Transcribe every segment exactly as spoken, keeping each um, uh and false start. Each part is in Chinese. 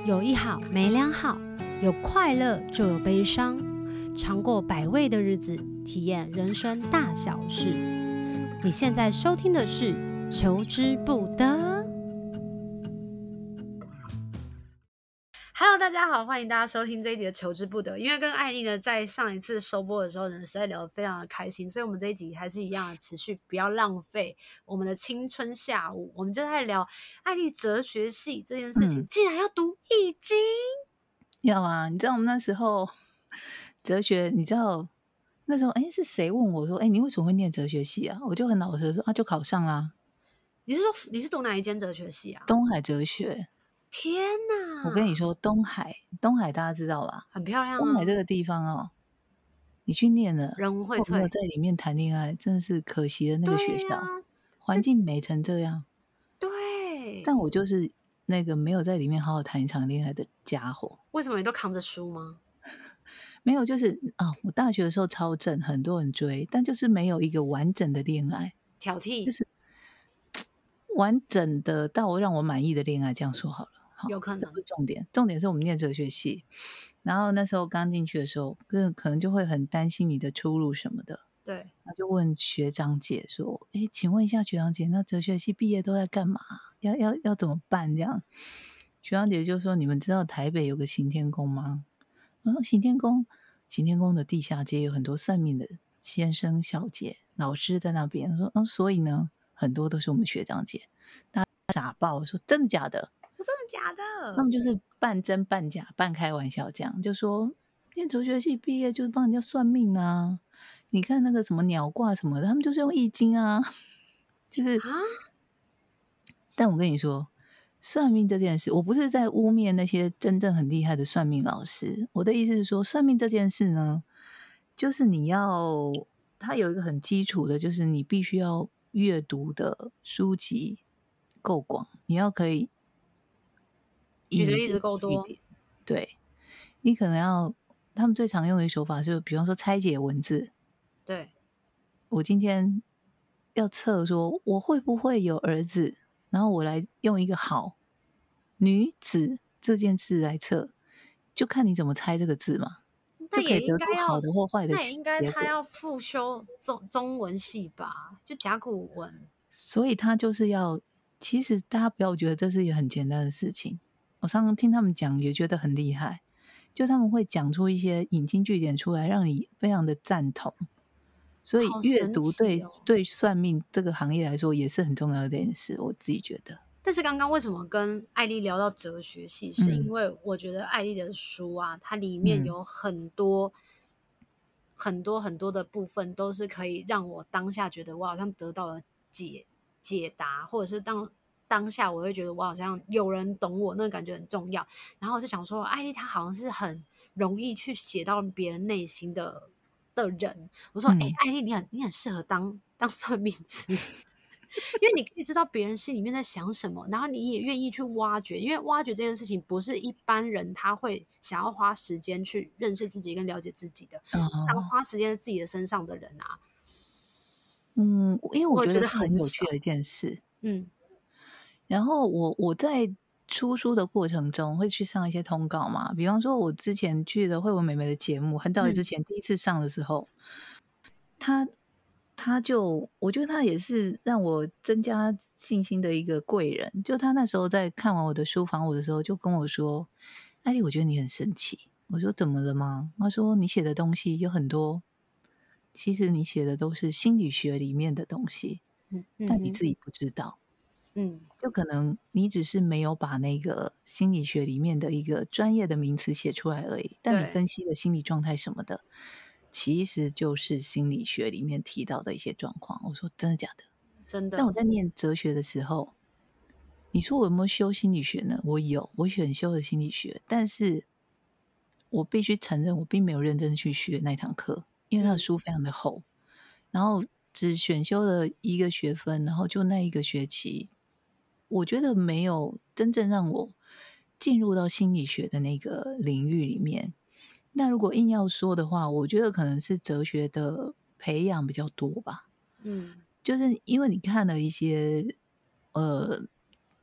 有一好没两好，有快乐就有悲伤，尝过百味的日子，体验人生大小事。你现在收听的是求之不得。Hello， 大家好，欢迎大家收听这一集的求之不得。因为跟艾丽呢，在上一次收播的时候呢，实在聊得非常的开心，所以我们这一集还是一样的持续，不要浪费我们的青春下午。我们就在聊艾丽哲学系这件事情， 嗯竟然要读易经。 要啊，你知道我们那时候哲学，你知道那时候哎是谁问我说，哎你为什么会念哲学系啊？我就很老实的说啊，就考上啦。 你是说你是读哪一间哲学系啊？ 东海哲学。 天哪！ 我跟你说，东海，东海大家知道吧？ 很漂亮啊。 东海这个地方哦，你去念了， 人文荟我没有萃， 在里面谈恋爱，真的是可惜了那个学校， 对啊， 环境美成这样。 对。 但我就是那个没有在里面好好谈一场恋爱的家伙。 为什么你都扛着书吗？ 没有，就是啊、我大学的时候超正，很多人追，但就是没有一个完整的恋爱， 挑剔， 就是完整的到让我满意的恋爱，这样说好了。好， 有可能这不是重点，重点是我们念哲学系，然后那时候刚进去的时候，可可能就会很担心你的出路什么的， 对， 然后就问学长姐说：“哎，请问一下学长姐，那哲学系毕业都在干嘛？要要要怎么办？”这样，学长姐就说：“你们知道台北有个行天宫吗？然后行天宫，行天宫的地下街有很多算命的先生、小姐、老师在那边。说，嗯，所以呢，很多都是我们学长姐。大家傻爆，我说真的假的？ 真的假的？ 他们就是半真半假、半开玩笑这样，就说念哲学系毕业就是帮人家算命啊。你看那个什么鸟卦什么的，他们就是用易经啊，就是。 啊？ 但我跟你说，算命这件事，我不是在污蔑那些真正很厉害的算命老师。我的意思是说，算命这件事呢，就是你要，它有一个很基础的，就是你必须要阅读的书籍够广，你要可以举的例子引经够多， 据典。对，你可能要，他们最常用的手法是，比方说拆解文字。 对， 我今天要测说我会不会有儿子，然后我来用一个好女子这件事来测，就看你怎么猜这个字嘛， 那也就可以得出应该要， 好的或坏的那也应该结果。 他要复修中中文系吧，就甲骨文。 所以他就是要，其实大家不要觉得这是一个很简单的事情。我常常听他们讲，也觉得很厉害，就他们会讲出一些引经据典出来，让你非常的赞同。所以好阅神奇读对哦！ 对算命这个行业来说也是很重要的这件事，我自己觉得。 但是刚刚为什么跟艾丽聊到哲学系，是因嗯为我觉得艾丽的书啊，它里面嗯有很多、很多很多的部分，都是可以让我当下觉得我好像得到了解解答，或者是当当下我会觉得我好像有人懂我，那个感觉很重要。然后我就想说，艾丽她好像是很容易去写到别人内心的的人。我说，哎、 嗯， 艾丽，你很你很适合当当算命师。因为你可以知道别人心里面在想什么，然后你也愿意去挖掘，因为挖掘这件事情不是一般人他会想要花时间去认识自己跟了解自己的，当哦， 花时间在自己的身上的人啊， 嗯，因为我我觉得觉得是很很少。 有趣的一件事。 嗯然后我我在出书的过程中会去上一些通告嘛，比方说我之前去的慧文美美的节目，很早之嗯， 前第一次上的时候，他他就我觉得他也是让我增加信心的一个贵人。就他那时候在看完我的书访我的时候，就跟我说：“艾丽，我觉得你很神奇。”我说：“怎么了吗？”他说：“你写的东西有很多，其实你写的都是心理学里面的东西， 嗯嗯哼， 但你自己不知道。 嗯就可能你只是没有把那个心理学里面的一个专业的名词写出来而已，但你对， 分析的心理状态什么的，其实就是心理学里面提到的一些状况。”我说真的假的？ 真的， 但我在念哲学的时候，你说我有没有修心理学呢？我有，我选修了心理学，但是我必须承认，我并没有认真去学那堂课，因为他的嗯书非常的厚，然后只选修了一个学分，然后就那一个学期，我觉得没有真正让我进入到心理学的那个领域里面。那如果硬要说的话，我觉得可能是哲学的培养比较多吧。 嗯就是因为你看了一些呃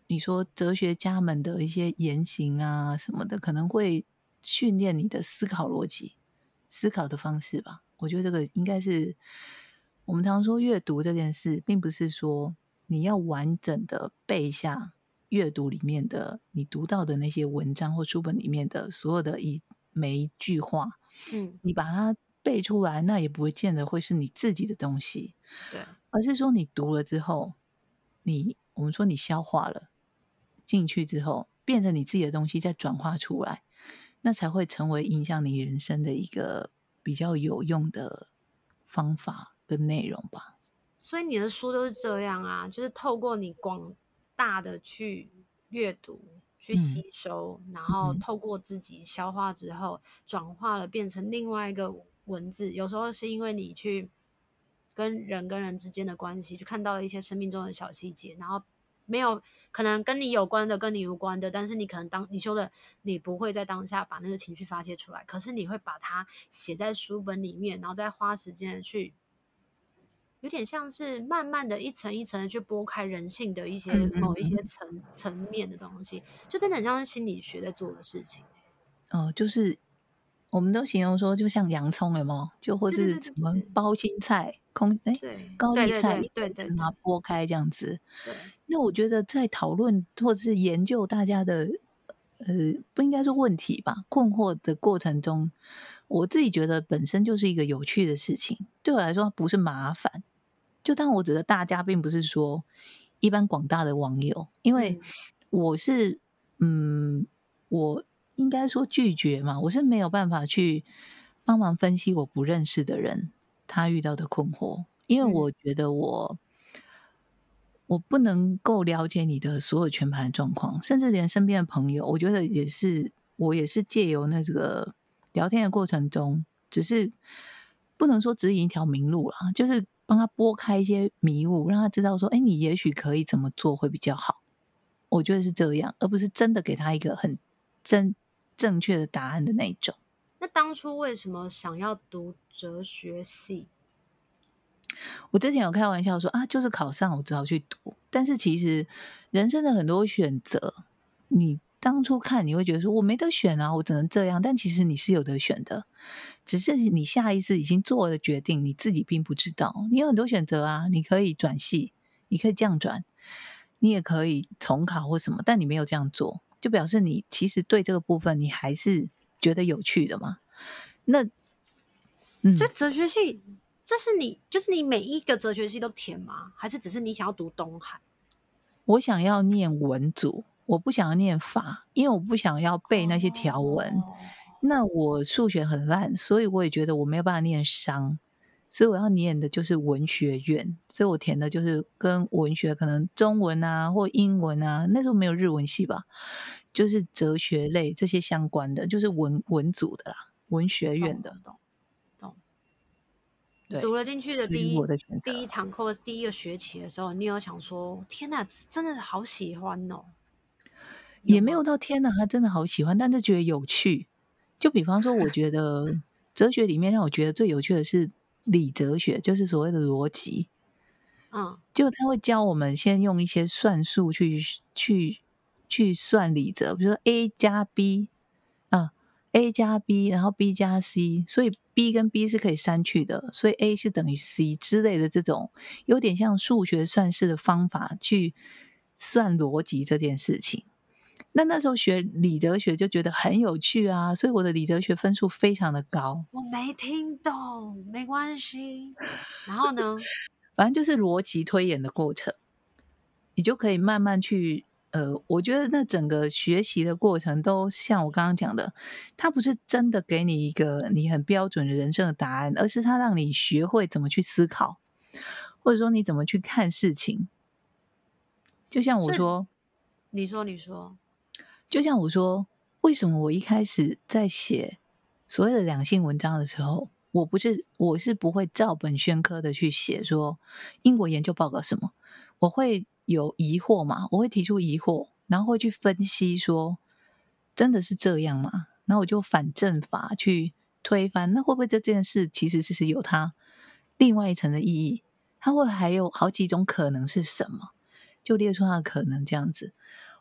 你说哲学家们的一些言行啊什么的，可能会训练你的思考逻辑、思考的方式吧。我觉得这个应该是我们常说阅读这件事，并不是说你要完整的背下阅读里面的你读到的那些文章或书本里面的所有的一每一句话， 嗯， 你把它背出来，那也不会见得会是你自己的东西， 对， 而是说你读了之后，你我们说你消化了进去之后，变成你自己的东西，再转化出来，那才会成为影响你人生的一个比较有用的方法跟内容吧。 所以你的书都是这样啊，就是透过你广大的去阅读、去嗯吸收，然后嗯透过自己消化之后，转化了变成另外一个文字。有时候是因为你去跟人跟人之间的关系，去看到了一些生命中的小细节，然后没有可能跟你有关的、跟你无关的，但是你可能当你说的，你不会在当下把那个情绪发泄出来，可是你会把它写在书本里面，然后再花时间的去。有点像是慢慢的一层一层的去剥开人性的一些嗯嗯某一些层层面的东西，就真的很像是心理学在做的事情。 哦，就是我们都形容说，就像洋葱有没有？就或对对是什对对对对么包心菜、空哎对高丽菜， 对对对一层一层把它对对对剥开这样子。 对， 那我觉得在讨论或者是研究大家的呃，不应该说问题吧，困惑的过程中，我自己觉得本身就是一个有趣的事情，对我来说不是麻烦。就当我指的大家，并不是说一般广大的网友，因为嗯我是嗯，我应该说拒绝嘛，我是没有办法去帮忙分析我不认识的人他遇到的困惑，因为嗯我觉得我我不能够了解你的所有全盘的状况，甚至连身边的朋友，我觉得也是，我也是借由那个聊天的过程中，只是不能说指引一条明路啦，就是帮他拨开一些迷雾，让他知道说，哎，你也许可以怎么做会比较好。我觉得是这样，而不是真的给他一个很真正确的答案的那一种。 那当初为什么想要读哲学系？ 我之前有开玩笑说啊，就是考上我只好去读，但是其实人生的很多选择，你当初看你会觉得说我没得选啊，我只能这样，但其实你是有得选的，只是你下意识已经做了决定，你自己并不知道。你有很多选择啊，你可以转系，你可以降转，你也可以重考或什么，但你没有这样做，就表示你其实对这个部分你还是觉得有趣的嘛。那这嗯， 哲学系，这是你就是你每一个哲学系都填吗？还是只是你想要读东海？ 我想要念文组，我不想要念法，因为我不想要背那些条文。 哦， 那我数学很烂，所以我也觉得我没有办法念商，所以我要念的就是文学院，所以我填的就是跟文学可能中文啊或英文啊，那时候没有日文系吧，就是哲学类这些相关的，就是文文组的啦，文学院的， 懂懂懂懂。你读对， 了进去的这就是我第一的选择。 第一堂课、第一个学期的时候，你有想说：“天哪，真的好喜欢哦！”有也没有吗？ 到天哪，他真的好喜欢，但是觉得有趣。就比方说，我觉得哲学里面让我觉得最有趣的是理哲学，就是所谓的逻辑。 嗯， 就他会教我们先用一些算术去去去算理则，比如说 A 加 B 啊，A 加 B，然后 B 加 C，所以 B 跟 B 是可以删去的，所以 A 是等于 C 之类的这种，有点像数学算式的方法去算逻辑这件事情。那那时候学理哲学就觉得很有趣啊，所以我的理哲学分数非常的高。 我没听懂，没关系。然后呢？ 反正就是逻辑推演的过程，你就可以慢慢去呃，我觉得那整个学习的过程都像我刚刚讲的，它不是真的给你一个你很标准的人生的答案，而是它让你学会怎么去思考，或者说你怎么去看事情。就像我所以说， 你说，你说， 就像我说，为什么我一开始在写所谓的两性文章的时候，我不是我是不会照本宣科的去写说英国研究报告什么，我会有疑惑嘛，我会提出疑惑，然后会去分析说真的是这样吗？然后我就反证法去推翻，那会不会这件事其实是有它另外一层的意义？它会还有好几种可能是什么？就列出它的可能这样子。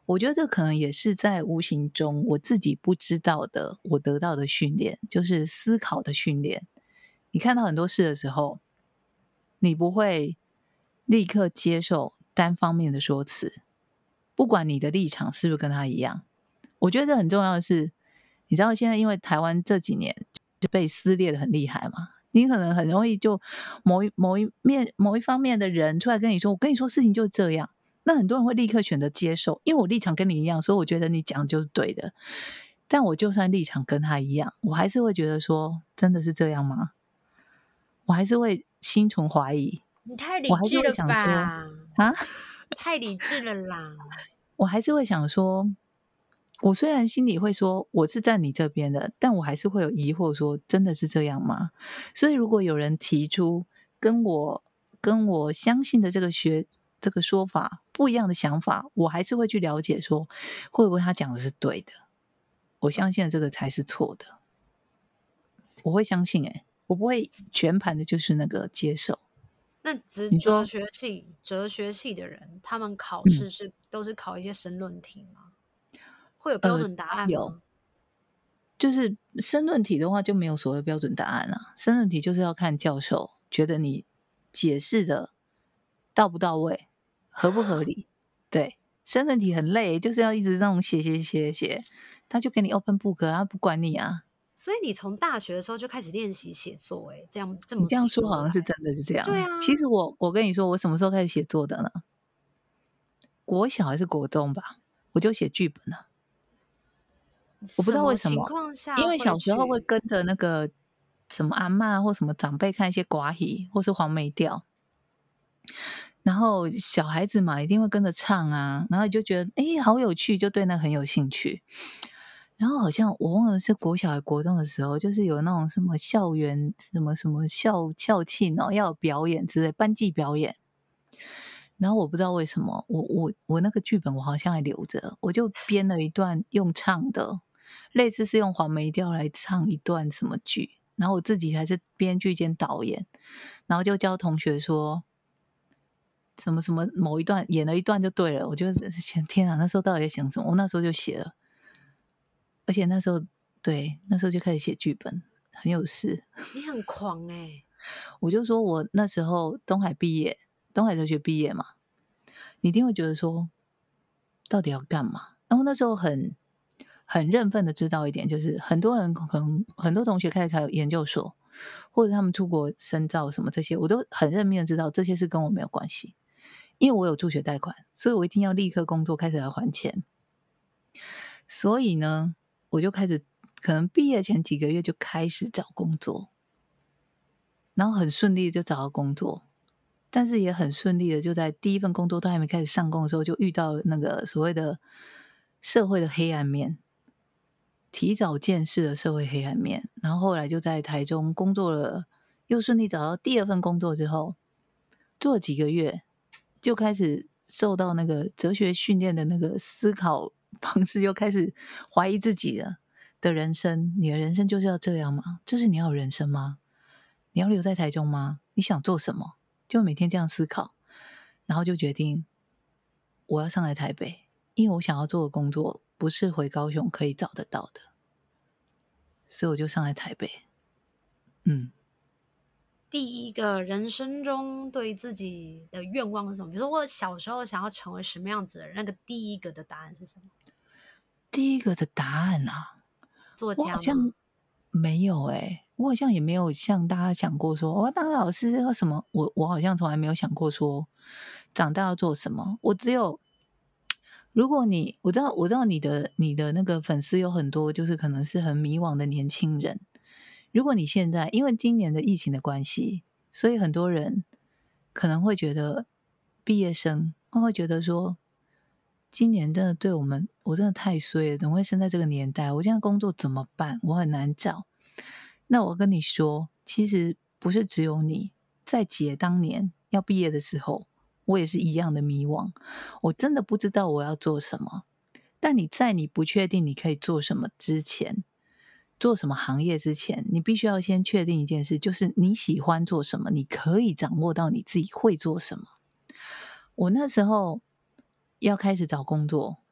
我觉得这可能也是在无形中我自己不知道的，我得到的训练，就是思考的训练。你看到很多事的时候，你不会立刻接受单方面的说辞，不管你的立场是不是跟他一样。我觉得很重要的是，你知道现在因为台湾这几年就被撕裂的很厉害嘛，你可能很容易就某一某一面某一方面的人出来跟你说，我跟你说事情就是这样，那很多人会立刻选择接受，因为我立场跟你一样，所以我觉得你讲的就是对的。但我就算立场跟他一样，我还是会觉得说，真的是这样吗？我还是会心存怀疑， 你太我还是会理智了想说吧？ 啊， 太理智了啦！ 我还是会想说，我虽然心里会说我是站你这边的，但我还是会有疑惑说，真的是这样吗？所以如果有人提出跟我跟我相信的这个学这个说法不一样的想法，我还是会去了解说，会不会他讲的是对的？我相信这个才是错的，我会相信、欸，我不会全盘的就是那个接受。 那哲你说， 哲学系哲学系的人，他们考嗯， 试是都是考一些申论题吗？会有标呃， 准答案有。 吗？ 就是申论题的话就没有所谓标准答案啊，申论题就是要看教授觉得你解释的到不到位，合不合理。对，申论题很累，就是要一直那种写写写写，他就给你 open book 啊，不管你啊。 所以你从大学的时候就开始练习写作、欸，这样这么你这样说说来， 好像是真的是这样。 对啊， 其实我我跟你说，我什么时候开始写作的呢？国小还是国中吧，我就写剧本了。我不知什道为什么情么，因况下为小时候会去？ 会跟着那个什么阿嬷或什么长辈看一些寡戏或是黄梅调，然后小孩子嘛一定会跟着唱啊，然后你就觉得诶好有趣，就对那很有兴趣。然后好像我忘了是国小还是国中的时候，就是有那种什么校园什么什么校校庆哦，要有表演之类，班级表演。然后我不知道为什么，我我我那个剧本我好像还留着，我就编了一段用唱的，类似是用黄梅调来唱一段什么剧，然后我自己还是编剧兼导演，然后就教同学说什么什么某一段演了一段就对了，我就想天啊，那时候到底在想什么？我那时候就写了，而且那时候对那时候就开始写剧本，很有事。 你很狂哎、欸， 我就说我那时候东海毕业，东海哲学毕业嘛，你一定会觉得说到底要干嘛？然后那时候很很认份的知道一点，就是很多人可能很多同学开始考研究所，或者他们出国深造什么这些，我都很认命的知道这些是跟我没有关系，因为我有助学贷款，所以我一定要立刻工作开始来还钱。所以呢，我就开始可能毕业前几个月就开始找工作，然后很顺利就找到工作。但是也很顺利的，就在第一份工作都还没开始上工的时候，就遇到了那个所谓的社会的黑暗面，提早见识的社会黑暗面。然后后来就在台中工作了，又顺利找到第二份工作之后，做了几个月，就开始受到那个哲学训练的那个思考方式，又开始怀疑自己了的人生。你的人生就是要这样吗？这是你要有人生吗？你要留在台中吗？你想做什么？就每天这样思考，然后就决定我要上来台北，因为我想要做的工作不是回高雄可以找得到的，所以我就上来台北。嗯， 第一个人生中对自己的愿望是什么？比如说我小时候想要成为什么样子的人，那个第一个的答案是什么？ 第一个的答案啊， 作我好像家吗？ 没有诶、欸我好像也没有像大家想过说我要当老师或什么，我我好像从来没有想过说长大要做什么。我只有如果你我知道我知道你的你的那个粉丝有很多，就是可能是很迷惘的年轻人。如果你现在因为今年的疫情的关系，所以很多人可能会觉得毕业生他会觉得说，今年真的对我们我真的太衰了，怎么会生在这个年代？我现在工作怎么办？我很难找。那我跟你说，其实不是只有你，在姐当年要毕业的时候，我也是一样的迷惘。我真的不知道我要做什么。但你在你不确定你可以做什么之前，做什么行业之前，你必须要先确定一件事，就是你喜欢做什么，你可以掌握到你自己会做什么。我那时候要开始找工作，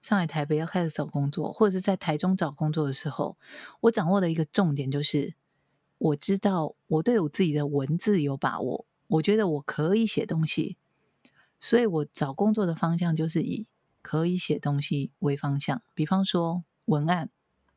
上来台北要开始找工作，或者是在台中找工作的时候，我掌握的一个重点就是，我知道我对我自己的文字有把握，我觉得我可以写东西，所以我找工作的方向就是以可以写东西为方向。比方说文案，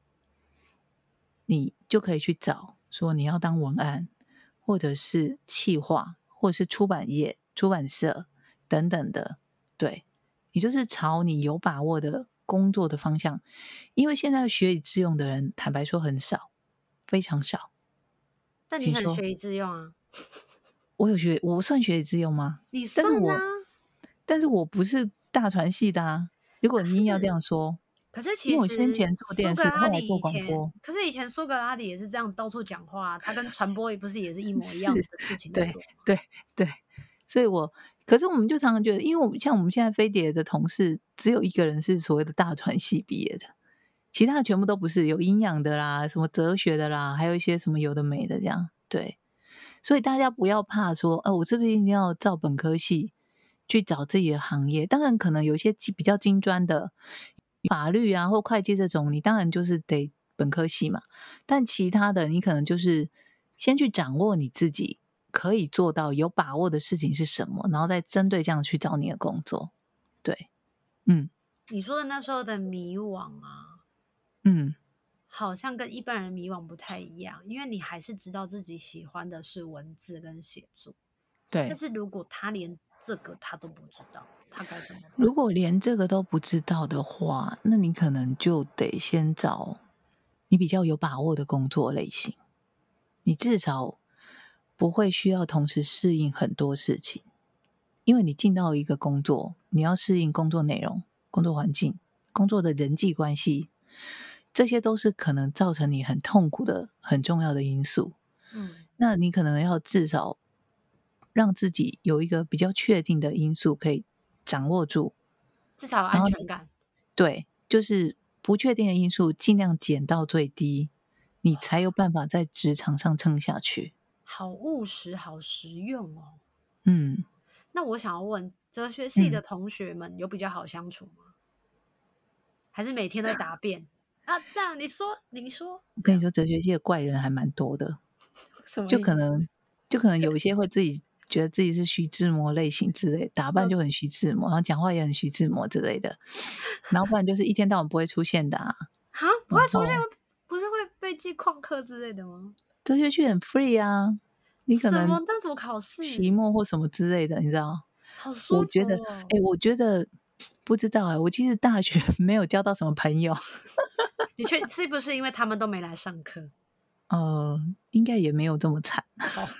你就可以去找说你要当文案，或者是企划，或者是出版业、出版社等等的，对，也就是朝你有把握的工作的方向。因为现在学以致用的人，坦白说很少，非常少。 但你很学以致用啊。 我有学，我算学以致用吗？ 你算但是我啊， 但是我不是大传系的啊。如果你硬要这样说， 可是其因为我先实前做电视， 苏格拉后来做底以前， 广播。 可是以前苏格拉底也是这样子到处讲话啊，他跟传播也不是也是一模一样是的事情在对做。 对对，所以我可是我们就常常觉得，因为我们像我们现在飞碟的同事，只有一个人是所谓的大传系毕业的，其他的全部都不是，有营养的啦，什么哲学的啦，还有一些什么有的没的这样。对，所以大家不要怕说，呃，我是不是一定要照本科系去找自己的行业？当然，可能有一些比较精专的法律啊或会计这种，你当然就是得本科系嘛。但其他的，你可能就是先去掌握你自己可以做到、有把握的事情是什么，然后再针对这样去找你的工作。对，嗯你说的那时候的迷惘啊， 嗯， 好像跟一般人迷惘不太一样，因为你还是知道自己喜欢的是文字跟写作。但对。 是如果他连这个他都不知道，他该怎么办？ 如果连这个都不知道的话，那你可能就得先找你比较有把握的工作类型，你至少不会需要同时适应很多事情。因为你进到一个工作，你要适应工作内容、工作环境、工作的人际关系，这些都是可能造成你很痛苦的很重要的因素。 嗯， 那你可能要至少让自己有一个比较确定的因素可以掌握住， 至少有然后安全感。 对，就是不确定的因素尽量减到最低，你才有办法在职场上撑下去。 好务实，好实用哦。 嗯那我想要问，哲学系的嗯， 同学们有比较好相处吗？还是每天都在答辩啊？这样你说，你说，这样我跟你说，哲学系的怪人还蛮多的， 什么就意思？ 可能就可能有一些会自己觉得自己是徐志摩类型之类，打扮嗯就很徐志摩，然后讲话也很徐志摩之类的，然后不然就是一天到晚不会出现的啊。 啊，不会出现， 然后不是会被记旷课之类的吗？ 哲学系很 free 啊，你可什么能那种考期试， 末或什么之类的，你知道？ 好舒我觉得， 服哦。 哎、我觉得不知道哎、我其实大学没有交到什么朋友， 你确是不是因为他们都没来上课？ 呃，应该也没有这么惨， 哦，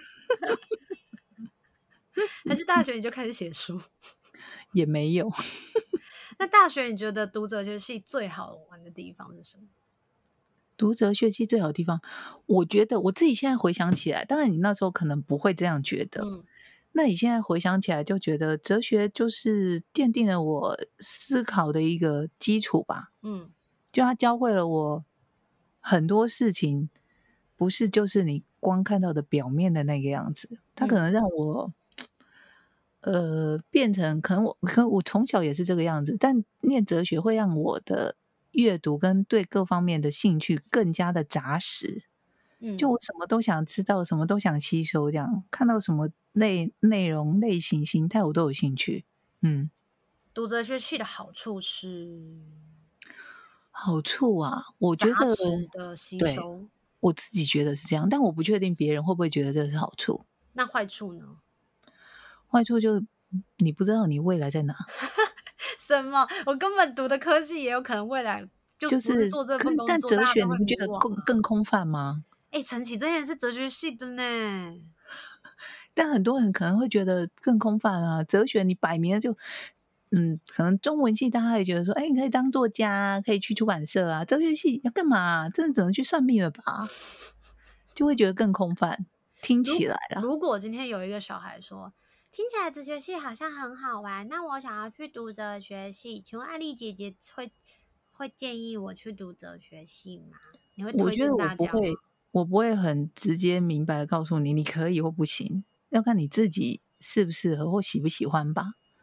还是大学你就开始写书？ 也没有。 那大学你觉得读哲学系最好玩的地方是什么？ 读哲学系最好的地方，我觉得我自己现在回想起来，当然你那时候可能不会这样觉得， 嗯那你现在回想起来就觉得哲学就是奠定了我思考的一个基础吧， 嗯就它教会了我很多事情，不是就是你光看到的表面的那个样子，它可嗯， 能让我。呃，变成可能我可能我从小也是这个样子，但念哲学会让我的阅读跟对各方面的兴趣更加的扎实。就嗯， 我什么都想知道，什么都想吸收，这样看到什么内内容、类型、形态，我都有兴趣。嗯， 读哲学系的好处是好处啊，我觉扎得实的吸对收， 我自己觉得是这样，但我不确定别人会不会觉得这是好处。 那坏处呢？ 坏处就你不知道你未来在哪。 什么？我根本读的科系也有可能未来就就是， 不是做这可是份工作， 但哲学大家都会迷你不觉得惘啊。 更更空泛吗？ 哎，陈绮贞也是哲学系的呢。 但很多人可能会觉得更空泛啊，哲学你摆明了就，嗯，可能中文系大家也觉得说，哎，你可以当作家啊，可以去出版社啊，哲学系要干嘛啊？真的只能去算命了吧？就会觉得更空泛，听起如来啦。 如果今天有一个小孩说，听起来哲学系好像很好玩，那我想要去读哲学系，请问艾丽姐姐会会建议我去读哲学系吗？你会推荐我觉得我大家吗？ 不会，我不会很直接明白的告诉你，你可以或不行，要看你自己适不适合或喜不喜欢吧。 可是听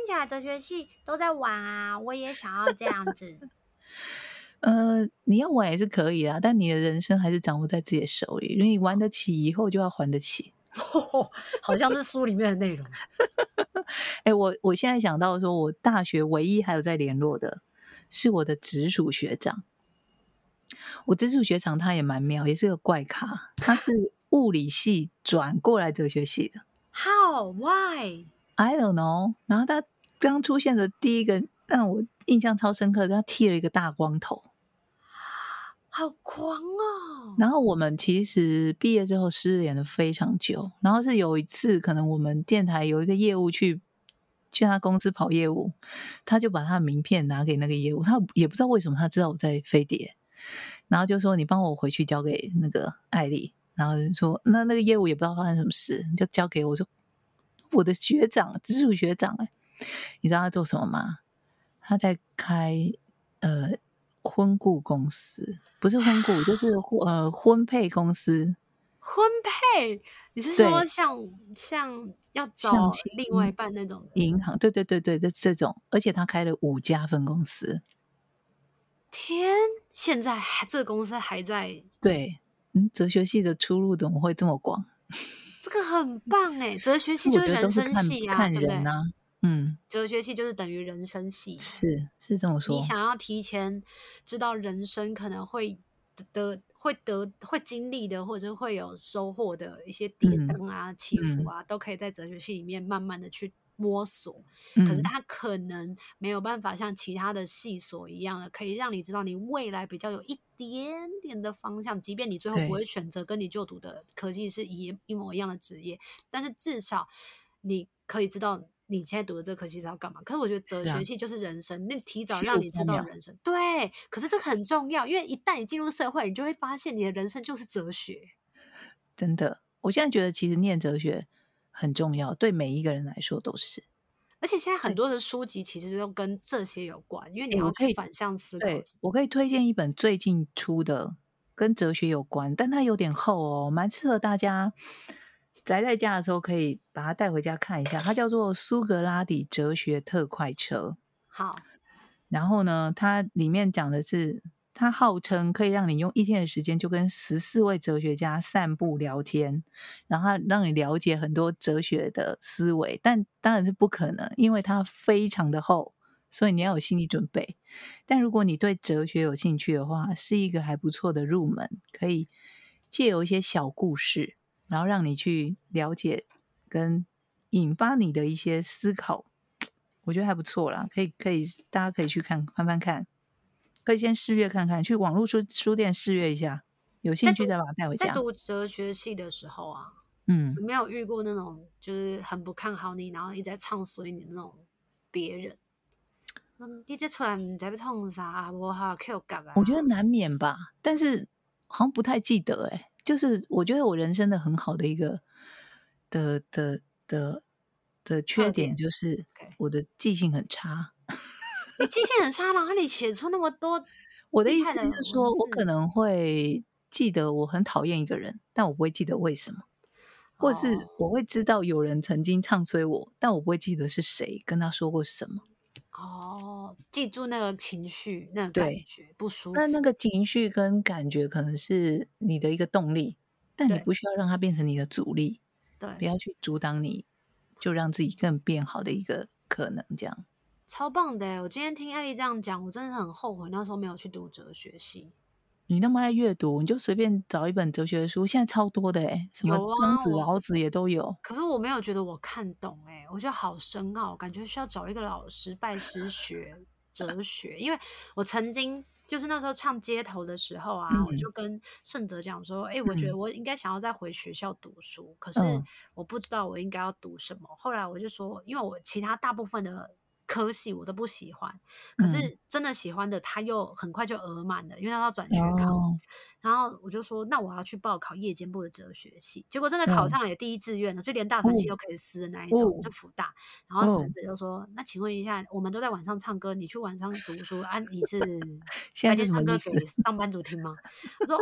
起来哲学系都在玩啊，我也想要这样子。 呃，你要玩也是可以啊，但你的人生还是掌握在自己的手里。如果你玩得起，以后就要还得起。 好像是书里面的内容。 哎、我我现在想到说，我大学唯一还有在联络的是我的直属学长。我直属学长他也蛮妙，也是个怪咖，他是物理系转过来哲学系的。 How? Why? I don't know。然后他刚出现的第一个让我印象超深刻的，他剃了一个大光头。 好狂哦！ 然后我们其实毕业之后失联了非常久，然后是有一次可能我们电台有一个业务去去他公司跑业务，他就把他的名片拿给那个业务，他也不知道为什么他知道我在飞碟，然后就说你帮我回去交给那个艾丽，然后就说那那个业务也不知道发生什么事，就交给我。我说我的学长直属学长、欸、你知道他做什么吗？他在开呃婚顾公司，不是婚顾，就是呃婚配公司。 婚配？你是说对， 像像要找相亲另外一半那种的？ 银行，对对对对，这这种，而且他开了五家分公司。 天，现在还这个公司还在？ 对，嗯，哲学系的出路怎么会这么广？ 这个很棒哎，哲学系所以我觉得就是人都是看生系啊， 看对不对？ 人啊。嗯， 哲学系就是等于人生系。 是是这么说。 你想要提前知道人生可能会得会得会经历的，或者是会有收获的一些跌嗯宕啊、起伏嗯啊，都可以在哲学系里面慢慢的去摸索。可是嗯， 它可能没有办法像其他的系所一样的，可以让你知道你未来比较有一点点的方向，即便你最后不对， 会选择跟你就读的科技是一一模一样的职业，但是至少你可以知道你现在读的这科系是要干嘛。可是我觉得哲是啊， 学系就是人生，那提早虚让你知无缥缈。 道人生。对，可是这个很重要，因为一旦你进入社会，你就会发现你的人生就是哲学。 真的，我现在觉得其实念哲学很重要，对每一个人来说都是。 而且现在很对， 多的书籍其实都跟这些有关，因为你诶，我可以要去反向思考。 对，我可以推荐一本最近出的，跟哲学有关，但它有点厚哦，蛮适合大家宅在家的时候可以把它带回家看一下。它叫做《苏格拉底哲学特快车》。 好， 然后呢，它里面讲的是，它号称可以让你用一天的时间就跟十四位哲学家散步聊天，然后它让你了解很多哲学的思维。但当然是不可能，因为它非常的厚，所以你要有心理准备。但如果你对哲学有兴趣的话，是一个还不错的入门，可以借由一些小故事，然后让你去了解跟引发你的一些思考。我觉得还不错啦，可以可以，大家可以去看翻翻看，可以先试阅看看，去网络书书店试阅一下，有在读兴趣再把它带回家。 在读哲学系的时候啊， 嗯， 有没有遇过那种就是很不看好你，然后一直在唱衰你的那种别人？嗯，你这出来你在要创啥？我好 Q 感啊！ 我觉得难免吧，但是好像不太记得哎、欸就是我觉得我人生的很好的一个的的的的缺点特点就是 ，OK。 我的记性很差。 你记性很差吗？那你写出那么多我的意思厉害的是说，我可文字能会记得我很讨厌一个人，但我不会记得为什么。或是哦我会知道有人曾经唱衰我，但我不会记得是谁跟他说过什么。 哦，记住那个情绪、那个感对， 觉不舒那那服。 个情绪跟感觉可能是你的一个动力，但你对不需要让它变成你的阻力，不对， 要去阻挡你，就让自己更变好的一个可能。这样， 超棒的欸！我今天听艾丽这样讲，我真的很后悔那时候没有去读哲学系。 你那么爱阅读，你就随便找一本哲学的书，现在超多的诶什么有啊， 庄子、 我老子也都有。 可是我没有觉得我看懂哎、我觉得好深奥，感觉需要找一个老师拜师学哲学。因为我曾经就是那时候唱街头的时候啊，我就嗯跟盛哲讲说，哎、我觉得嗯我应该想要再回学校读书，可是嗯我不知道我应该要读什么。后来我就说，因为我其他大部分的科系我都不喜欢，可嗯， 是真的喜欢的他又很快就额满了，因为他要转学考。 哦， 然后我就说，那我要去报考夜间部的哲学系，结果真的考嗯上了，也第一志愿了，就连大哦传系都可以撕的那一种， 哦就福大。然后哦， 沈子就说，那请问一下，我们都在晚上唱歌，你去晚上读书啊？你是现在白天是什么意思？ 唱歌给上班族听吗？我说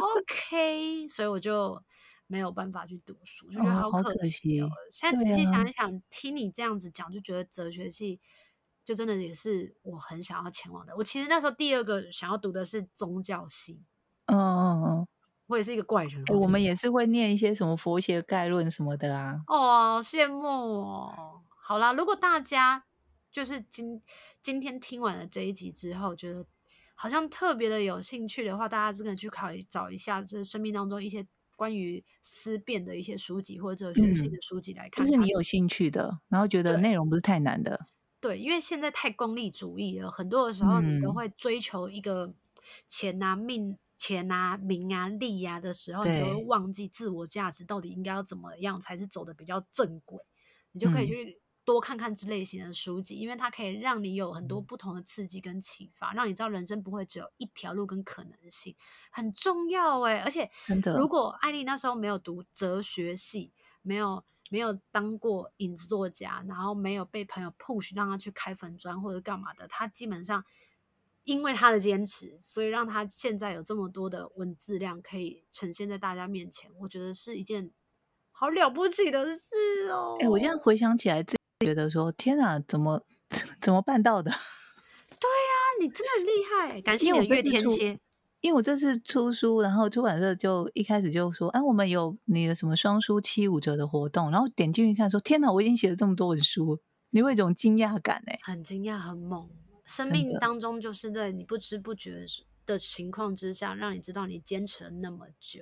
OK，所以我就没有办法去读书，就觉得哦， 好好可可惜哦。 惜。 现在仔对啊， 细想一想，听你这样子讲，就觉得哲学系就真的也是我很想要前往的。我其实那时候第二个想要读的是宗教系。 嗯嗯嗯。 我也是一个怪人、 欸、我们也是会念一些什么佛学概论什么的啊。 哦，好羡慕哦。好啦，如果大家就是今今天听完了这一集之后，觉得好像特别的有兴趣的话，大家真的去考虑找一下这生命当中一些关于思辨的一些书籍或者哲学性的书籍来看看、 嗯、就是你有兴趣的，然后觉得内容不是太难的。 对，因为现在太功利主义了，很多的时候你都会追求一个钱啊、命、钱啊、名啊、利啊的时候，你都会忘记自我价值到底应该要怎么样才是走的比较正轨。你就可以去多看看这类型的书籍，因为它可以让你有很多不同的刺激跟启发，让你知道人生不会只有一条路跟可能性，很重要哎。而且如果艾莉那时候没有读哲学系，没有没有当过影子作家，然后没有被朋友 push 让他去开粉专或者干嘛的，他基本上因为他的坚持，所以让他现在有这么多的文字量可以呈现在大家面前，我觉得是一件好了不起的事哦。 哎、欸，我现在回想起来自己觉得说天啊，怎么怎么办到的？ 对啊，你真的很厉害，感谢你的月天蝎。 因为我这次出书，然后出版社就一开始就说，哎、啊，我们有你的什么双书七五折的活动，然后点进去看说，天哪，我已经写了这么多本书，你会有一种惊讶感哎、欸， 很惊讶，很猛。生命当中就是在你不知不觉的情况之下，让你知道你坚持了那么久。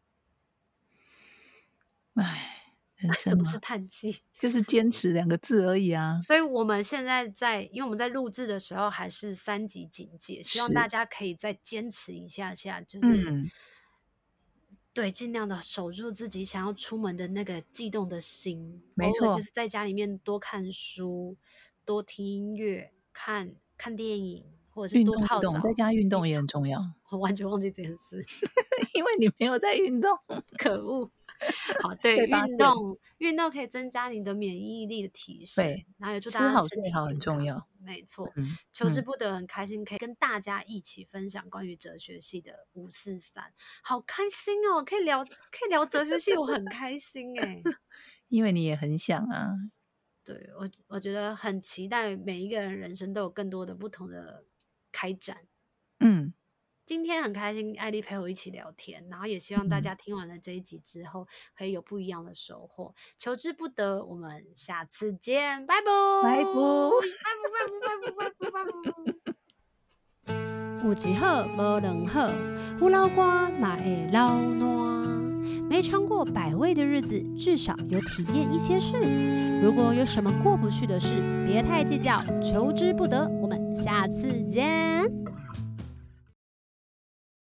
哎，人生怎么是叹气？ 就是坚持两个字而已啊。 所以我们现在在，因为我们在录制的时候还是三级警戒，希望大家可以再坚持一下下，就是、嗯、对，尽量的守住自己想要出门的那个悸动的心。 没错， 就是在家里面多看书，多听音乐，看看电影，或者是多泡澡。 在家运动也很重要。 我完全忘记这件事， 因为你没有在运动。 可恶。好，对，运动运动可以增加你的免疫力的提升，然后也祝大家身体健康， 很重要。 没错，嗯、求之不得，很开心可以跟大家一起分享关于哲学系的五四三，好开心哦！可以聊可以聊哲学系，我很开心哎、欸， 因为你也很想啊。 对，我我觉得很期待每一个人人生都有更多的不同的开展。嗯。今天很开心艾莉陪我一起聊天，然后也希望大家听完了这一集之后可以有不一样的收获。求之不得，我们下次见，拜拜拜拜拜拜拜拜拜拜。有一好无两好，有老瓜嘛会老烂。没尝过百味的日子，至少有体验一些事。如果有什么过不去的事，别太计较，求之不得。我们下次见。